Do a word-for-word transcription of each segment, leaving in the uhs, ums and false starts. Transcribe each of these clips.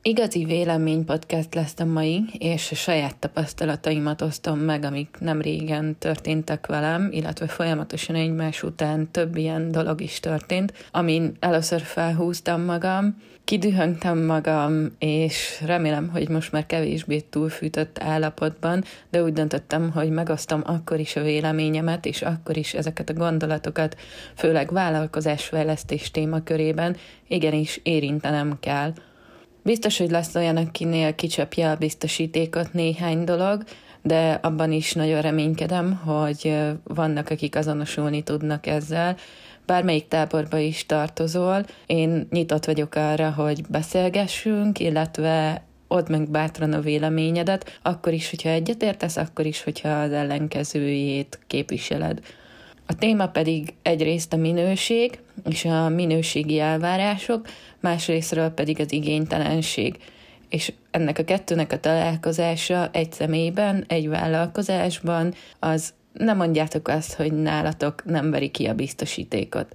Igazi véleménypodcast lesz a mai, és a saját tapasztalataimat osztom meg, amik nem régen történtek velem, illetve folyamatosan egymás után több ilyen dolog is történt, amin először felhúztam magam, kidühöngtem magam, és remélem, hogy most már kevésbé túlfűtött állapotban, de úgy döntöttem, hogy megosztom akkor is a véleményemet, és akkor is ezeket a gondolatokat, főleg vállalkozásfejlesztés témakörében igenis érintenem kell. Biztos, hogy lesz olyan, akinél kicsapja a biztosítékot néhány dolog, de abban is nagyon reménykedem, hogy vannak, akik azonosulni tudnak ezzel. Bármelyik táborba is tartozol, én nyitott vagyok arra, hogy beszélgessünk, illetve odd meg bátran a véleményedet, akkor is, hogyha egyetértesz, akkor is, hogyha az ellenkezőjét képviseled. A téma pedig egyrészt a minőség és a minőségi elvárások, másrésztről pedig az igénytelenség. És ennek a kettőnek a találkozása egy személyben, egy vállalkozásban, az nem mondjátok azt, hogy nálatok nem veri ki a biztosítékot.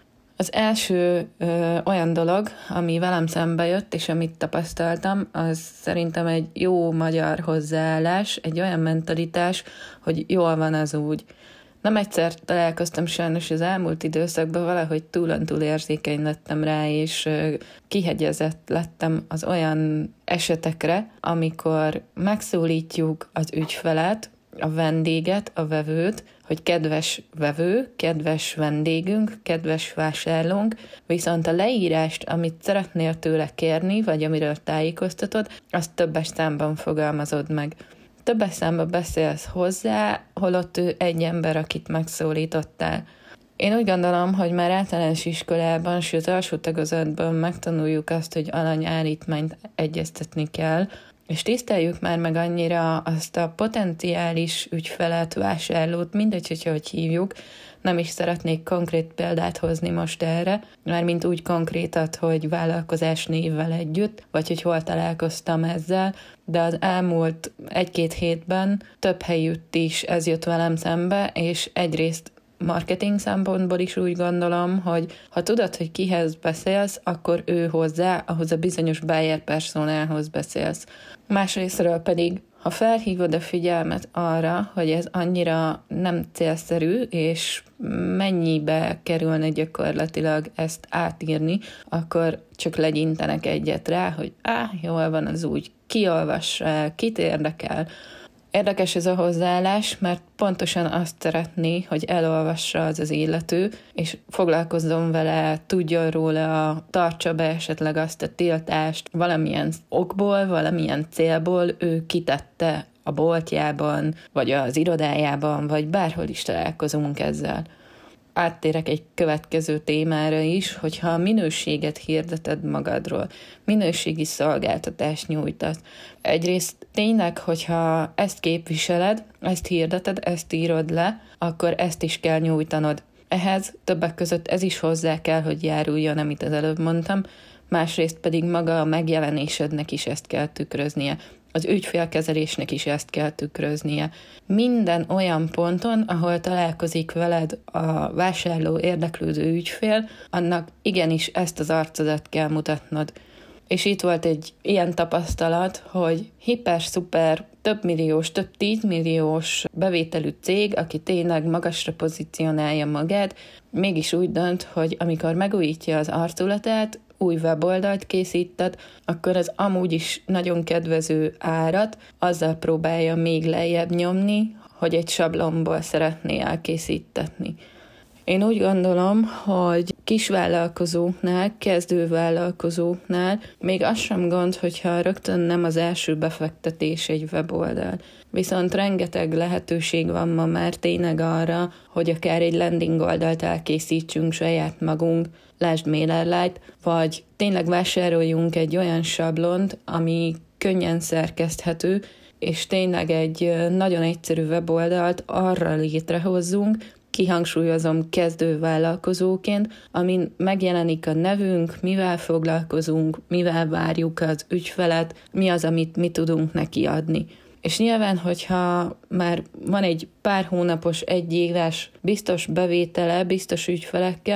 Az első ö, olyan dolog, ami velem szembe jött, és amit tapasztaltam, az szerintem egy jó magyar hozzáállás, egy olyan mentalitás, hogy jól van az úgy. Nem egyszer találkoztam sajnos az elmúlt időszakban, valahogy túlontúl érzékeny lettem rá, és kihegyezett lettem az olyan esetekre, amikor megszólítjuk az ügyfelet, a vendéget, a vevőt, hogy kedves vevő, kedves vendégünk, kedves vásárlónk, viszont a leírást, amit szeretnél tőle kérni, vagy amiről tájékoztatod, azt többes számban fogalmazod meg. Többes számban beszélsz hozzá, holott ő egy ember, akit megszólítottál. Én úgy gondolom, hogy már általános iskolában, sőt alsó tagozatban megtanuljuk azt, hogy alany-állítmányt egyeztetni kell, és tiszteljük már meg annyira azt a potenciális ügyfelet, vásárlót, mindegy, hogyha hogy hívjuk, nem is szeretnék konkrét példát hozni most erre, mármint úgy konkrétat, hogy vállalkozás névvel együtt, vagy hogy hol találkoztam ezzel, de az elmúlt egy-két hétben több helyütt is ez jött velem szembe, és egyrészt marketing szempontból is úgy gondolom, hogy ha tudod, hogy kihez beszélsz, akkor ő hozzá, ahhoz a bizonyos buyer personához beszélsz. Másrésztről pedig, ha felhívod a figyelmet arra, hogy ez annyira nem célszerű, és mennyibe kerülne gyakorlatilag ezt átírni, akkor csak legyintenek egyet rá, hogy á, jól van az úgy, ki olvassa el, kit érdekel. Érdekes ez a hozzáállás, mert pontosan azt szeretné, hogy elolvassa az az illető, és foglalkozzon vele, tudjon róla, tartsa be esetleg azt a tiltást, valamilyen okból, valamilyen célból ő kitette a boltjában, vagy az irodájában, vagy bárhol is találkozunk ezzel. Áttérek egy következő témára is, hogyha a minőséget hirdeted magadról, minőségi szolgáltatást nyújtasz. Egyrészt tényleg, hogyha ezt képviseled, ezt hirdeted, ezt írod le, akkor ezt is kell nyújtanod. Ehhez többek között ez is hozzá kell, hogy járuljon, amit az előbb mondtam, másrészt pedig maga a megjelenésednek is ezt kell tükröznie. Az ügyfélkezelésnek is ezt kell tükröznie. Minden olyan ponton, ahol találkozik veled a vásárló érdeklődő ügyfél, annak igenis ezt az arcodat kell mutatnod. És itt volt egy ilyen tapasztalat, hogy hiper-szuper, több milliós, több tízmilliós bevételű cég, aki tényleg magasra pozícionálja magát, mégis úgy dönt, hogy amikor megújítja az arculatát, új weboldalt készítet, akkor az amúgy is nagyon kedvező árat azzal próbálja még lejjebb nyomni, hogy egy sablonból szeretné elkészítetni. Én úgy gondolom, hogy kisvállalkozóknál, kezdővállalkozóknál még az sem gond, hogyha rögtön nem az első befektetés egy weboldal. Viszont rengeteg lehetőség van ma már tényleg arra, hogy akár egy landing oldalt elkészítsünk saját magunk, lásd MailerLite, vagy tényleg vásároljunk egy olyan sablont, ami könnyen szerkeszthető, és tényleg egy nagyon egyszerű weboldalt arra létrehozzunk, kihangsúlyozom kezdővállalkozóként, amin megjelenik a nevünk, mivel foglalkozunk, mivel várjuk az ügyfelet, mi az, amit mi tudunk neki adni. És nyilván, hogyha már van egy pár hónapos, egy éves biztos bevétele, biztos ügyfelekkel,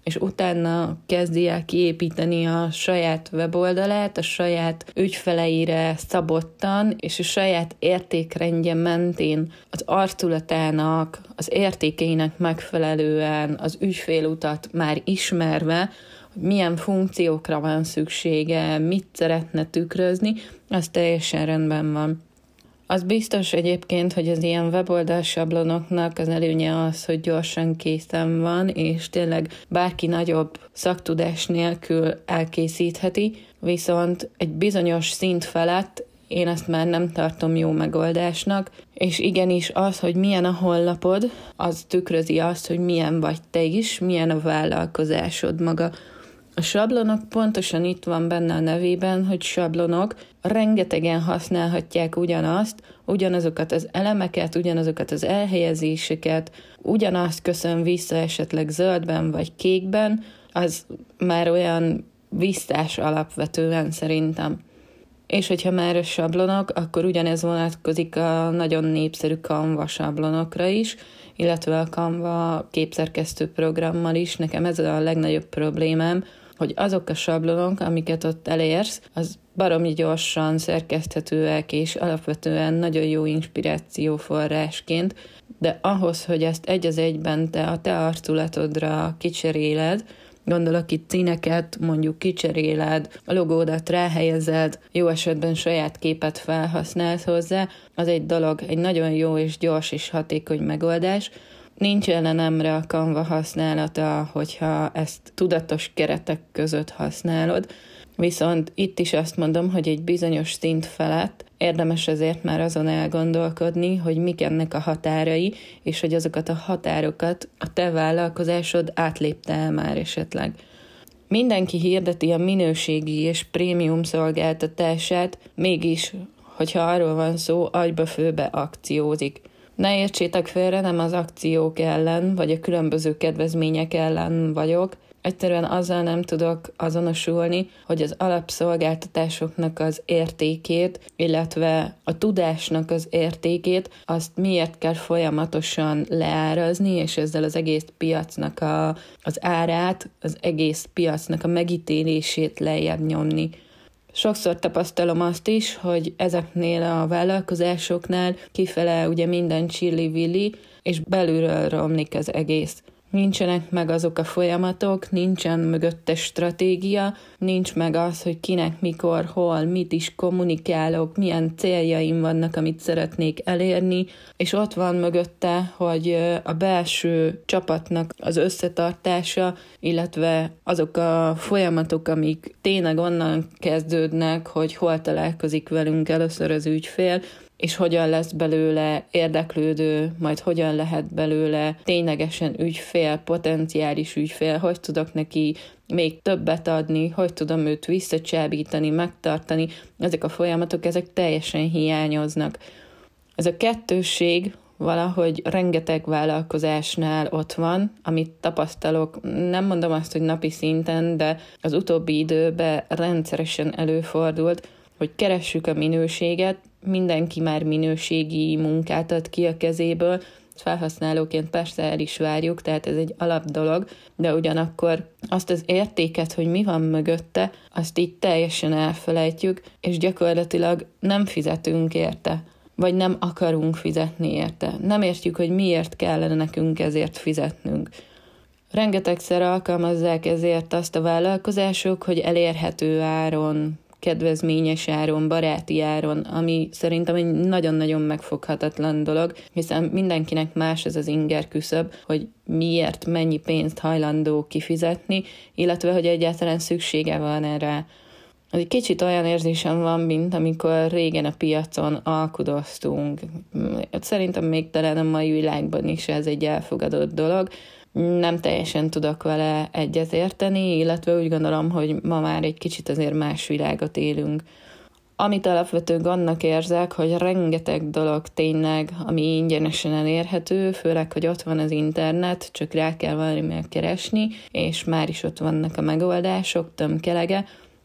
és utána kezdi el kiépíteni a saját weboldalát, a saját ügyfeleire szabottan, és a saját értékrendje mentén az arculatának, az értékeinek megfelelően, az ügyfélutat már ismerve, hogy milyen funkciókra van szüksége, mit szeretne tükrözni, az teljesen rendben van. Az biztos egyébként, hogy az ilyen weboldal sablonoknak az előnye az, hogy gyorsan készen van, és tényleg bárki nagyobb szaktudás nélkül elkészítheti, viszont egy bizonyos szint felett én ezt már nem tartom jó megoldásnak, és igenis az, hogy milyen a honlapod, az tükrözi azt, hogy milyen vagy te is, milyen a vállalkozásod maga. A sablonok pontosan itt van benne a nevében, hogy sablonok, rengetegen használhatják ugyanazt, ugyanazokat az elemeket, ugyanazokat az elhelyezéseket, ugyanazt köszön vissza esetleg zöldben vagy kékben, az már olyan visszás alapvetően szerintem. És hogyha már a sablonok, akkor ugyanez vonatkozik a nagyon népszerű Canva sablonokra is, illetve a Canva képszerkesztő programmal is. Nekem ez a legnagyobb problémám, hogy azok a sablonok, amiket ott elérsz, az baromi gyorsan szerkeszthetőek, és alapvetően nagyon jó inspirációforrásként, de ahhoz, hogy ezt egy az egyben te a te arculatodra kicseréled, gondolok itt színeket, mondjuk kicseréled, a logódat ráhelyezed, jó esetben saját képet felhasználsz hozzá, az egy dolog, egy nagyon jó és gyors és hatékony megoldás. Nincs ellenemre a Canva használata, hogyha ezt tudatos keretek között használod, viszont itt is azt mondom, hogy egy bizonyos szint felett érdemes azért már azon elgondolkodni, hogy mik ennek a határai, és hogy azokat a határokat a te vállalkozásod átlépte el már esetleg. Mindenki hirdeti a minőségi és prémium szolgáltatását, mégis, hogyha arról van szó, agyba-főbe akciózik. Ne értsétek félre, nem az akciók ellen, vagy a különböző kedvezmények ellen vagyok. Egyszerűen azzal nem tudok azonosulni, hogy az alapszolgáltatásoknak az értékét, illetve a tudásnak az értékét, azt miért kell folyamatosan leárazni, és ezzel az egész piacnak a, az árát, az egész piacnak a megítélését lejjebb nyomni. Sokszor tapasztalom azt is, hogy ezeknél a vállalkozásoknál kifele ugye minden csilli-villi, és belülről romlik az egész. Nincsenek meg azok a folyamatok, nincsen mögötte stratégia, nincs meg az, hogy kinek, mikor, hol, mit is kommunikálok, milyen céljaim vannak, amit szeretnék elérni, és ott van mögötte, hogy a belső csapatnak az összetartása, illetve azok a folyamatok, amik tényleg onnan kezdődnek, hogy hol találkozik velünk először az ügyfél, és hogyan lesz belőle érdeklődő, majd hogyan lehet belőle ténylegesen ügyfél, potenciális ügyfél, hogy tudok neki még többet adni, hogy tudom őt visszacsábítani, megtartani. Ezek a folyamatok, ezek teljesen hiányoznak. Ez a kettősség valahogy rengeteg vállalkozásnál ott van, amit tapasztalok, nem mondom azt, hogy napi szinten, de az utóbbi időben rendszeresen előfordult, hogy keressük a minőséget, mindenki már minőségi munkát ad ki a kezéből, felhasználóként persze el is várjuk, tehát ez egy alapdolog, de ugyanakkor azt az értéket, hogy mi van mögötte, azt így teljesen elfelejtjük, és gyakorlatilag nem fizetünk érte, vagy nem akarunk fizetni érte. Nem értjük, hogy miért kellene nekünk ezért fizetnünk. Rengetegszer alkalmazzák ezért azt a vállalkozások, hogy elérhető áron, kedvezményes áron, baráti áron, ami szerintem egy nagyon-nagyon megfoghatatlan dolog, hiszen mindenkinek más ez az inger küszöb, hogy miért, mennyi pénzt hajlandó kifizetni, illetve hogy egyáltalán szüksége van erre. Egy kicsit olyan érzésem van, mint amikor régen a piacon alkudoztunk. Szerintem még talán a mai világban is ez egy elfogadott dolog. Nem teljesen tudok vele egyet érteni, illetve úgy gondolom, hogy ma már egy kicsit azért más világot élünk. Amit alapvetően annak érzek, hogy rengeteg dolog tényleg, ami ingyenesen elérhető, főleg, hogy ott van az internet, csak rá kell valamivel keresni, és már is ott vannak a megoldások, tömkelege.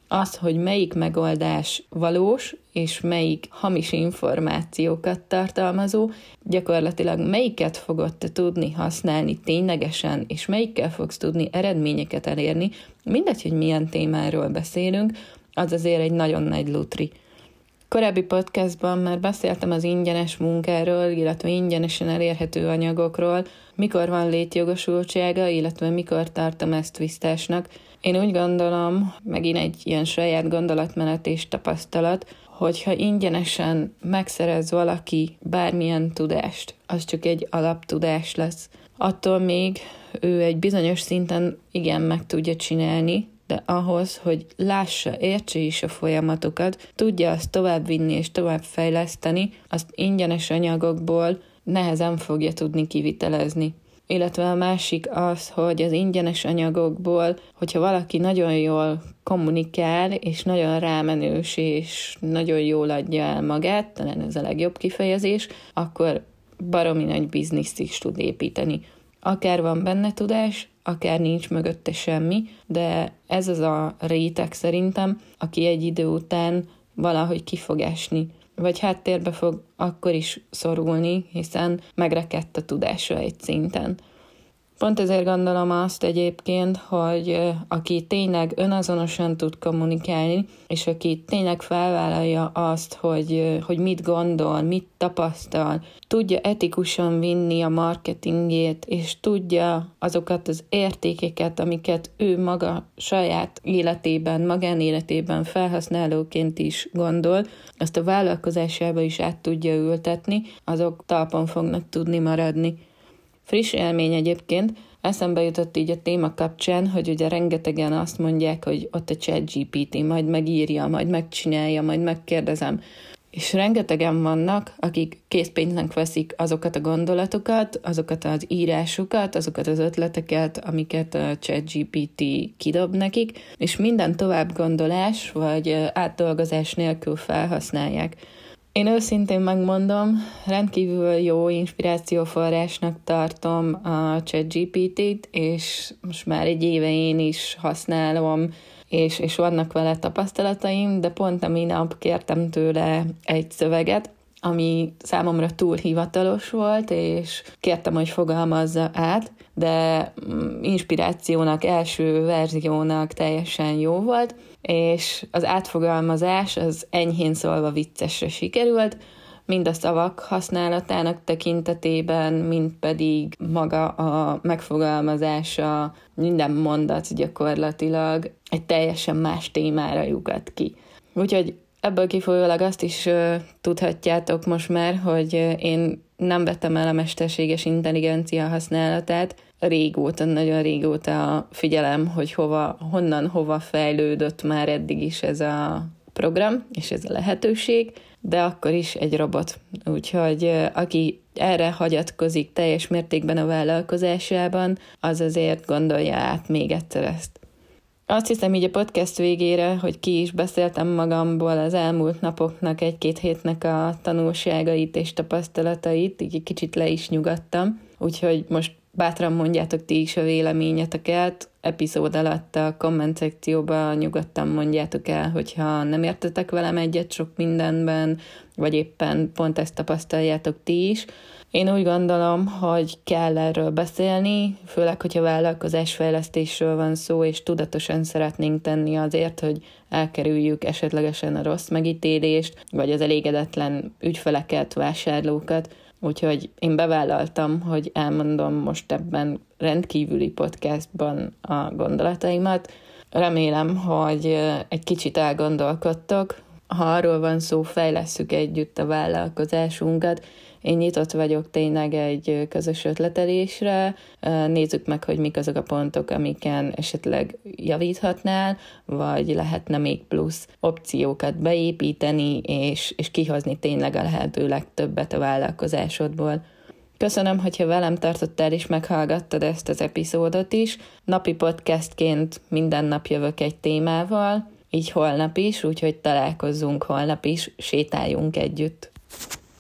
Az, hogy melyik megoldás valós, és melyik hamis információkat tartalmazó, gyakorlatilag melyiket fogod te tudni használni ténylegesen, és melyikkel fogsz tudni eredményeket elérni, mindegy, hogy milyen témáról beszélünk, az azért egy nagyon nagy lutri. Korábbi podcastban már beszéltem az ingyenes munkáról, illetve ingyenesen elérhető anyagokról, mikor van létjogosultsága, illetve mikor tartom ezt visszásnak. Én úgy gondolom, megint egy ilyen saját gondolatmenet és tapasztalat, hogyha ingyenesen megszerez valaki bármilyen tudást, az csak egy alaptudás lesz. Attól még ő egy bizonyos szinten igen meg tudja csinálni, de ahhoz, hogy lássa, értse is a folyamatokat, tudja azt továbbvinni és továbbfejleszteni, azt ingyenes anyagokból nehezen fogja tudni kivitelezni. Illetve a másik az, hogy az ingyenes anyagokból, hogyha valaki nagyon jól kommunikál, és nagyon rámenős, és nagyon jól adja el magát, talán ez a legjobb kifejezés, akkor baromi nagy bizniszt is tud építeni. Akár van benne tudás, akár nincs mögötte semmi, de ez az a réteg szerintem, aki egy idő után valahogy ki fog esni, vagy háttérbe fog akkor is szorulni, hiszen megrekedt a tudása egy szinten. Pont ezért gondolom azt egyébként, hogy aki tényleg önazonosan tud kommunikálni, és aki tényleg felvállalja azt, hogy, hogy mit gondol, mit tapasztal, tudja etikusan vinni a marketingét, és tudja azokat az értékeket, amiket ő maga saját életében, magánéletében felhasználóként is gondol, azt a vállalkozásába is át tudja ültetni, azok talpon fognak tudni maradni. Friss élmény egyébként, eszembe jutott így a téma kapcsán, hogy ugye rengetegen azt mondják, hogy ott a ChatGPT majd megírja, majd megcsinálja, majd megkérdezem. És rengetegen vannak, akik készpénznek veszik azokat a gondolatokat, azokat az írásokat, azokat az ötleteket, amiket a ChatGPT kidob nekik, és minden továbbgondolás vagy átdolgozás nélkül felhasználják. Én őszintén megmondom, rendkívül jó inspirációforrásnak tartom a ChatGPT-t, és most már egy éve én is használom, és, és vannak vele tapasztalataim, de pont a minap kértem tőle egy szöveget, ami számomra túl hivatalos volt, és kértem, hogy fogalmazza át, de inspirációnak, első verziónak teljesen jó volt, és az átfogalmazás az enyhén szólva viccesre sikerült, mind a szavak használatának tekintetében, mind pedig maga a megfogalmazása, minden mondat gyakorlatilag egy teljesen más témára lyukat ki. Úgyhogy ebből kifolyólag azt is uh, tudhatjátok most már, hogy uh, én nem vettem el a mesterséges intelligencia használatát. Régóta, nagyon régóta figyelem, hogy hova, honnan, hova fejlődött már eddig is ez a program, és ez a lehetőség, de akkor is egy robot. Úgyhogy uh, aki erre hagyatkozik teljes mértékben a vállalkozásában, az azért gondolja át még egyszer ezt. Azt hiszem így a podcast végére, hogy ki is beszéltem magamból az elmúlt napoknak, egy-két hétnek a tanulságait és tapasztalatait, így egy kicsit le is nyugodtam, úgyhogy most bátran mondjátok ti is a véleményeteket, epizód alatt a komment szekcióban nyugodtan mondjátok el, hogyha nem értetek velem egyet sok mindenben, vagy éppen pont ezt tapasztaljátok ti is. Én úgy gondolom, hogy kell erről beszélni, főleg, hogyha vállalkozásfejlesztésről van szó, és tudatosan szeretnénk tenni azért, hogy elkerüljük esetlegesen a rossz megítélést, vagy az elégedetlen ügyfeleket, vásárlókat. Úgyhogy én bevállaltam, hogy elmondom most ebben rendkívüli podcastban a gondolataimat. Remélem, hogy egy kicsit elgondolkodtok. Ha arról van szó, fejlesszük együtt a vállalkozásunkat. Én nyitott vagyok tényleg egy közös ötletelésre, nézzük meg, hogy mik azok a pontok, amiken esetleg javíthatnál, vagy lehetne még plusz opciókat beépíteni, és, és kihozni tényleg a lehető legtöbbet a vállalkozásodból. Köszönöm, hogyha velem tartottál és meghallgattad ezt az epizódot is. Napi podcastként minden nap jövök egy témával, így holnap is, úgyhogy találkozzunk holnap is, sétáljunk együtt.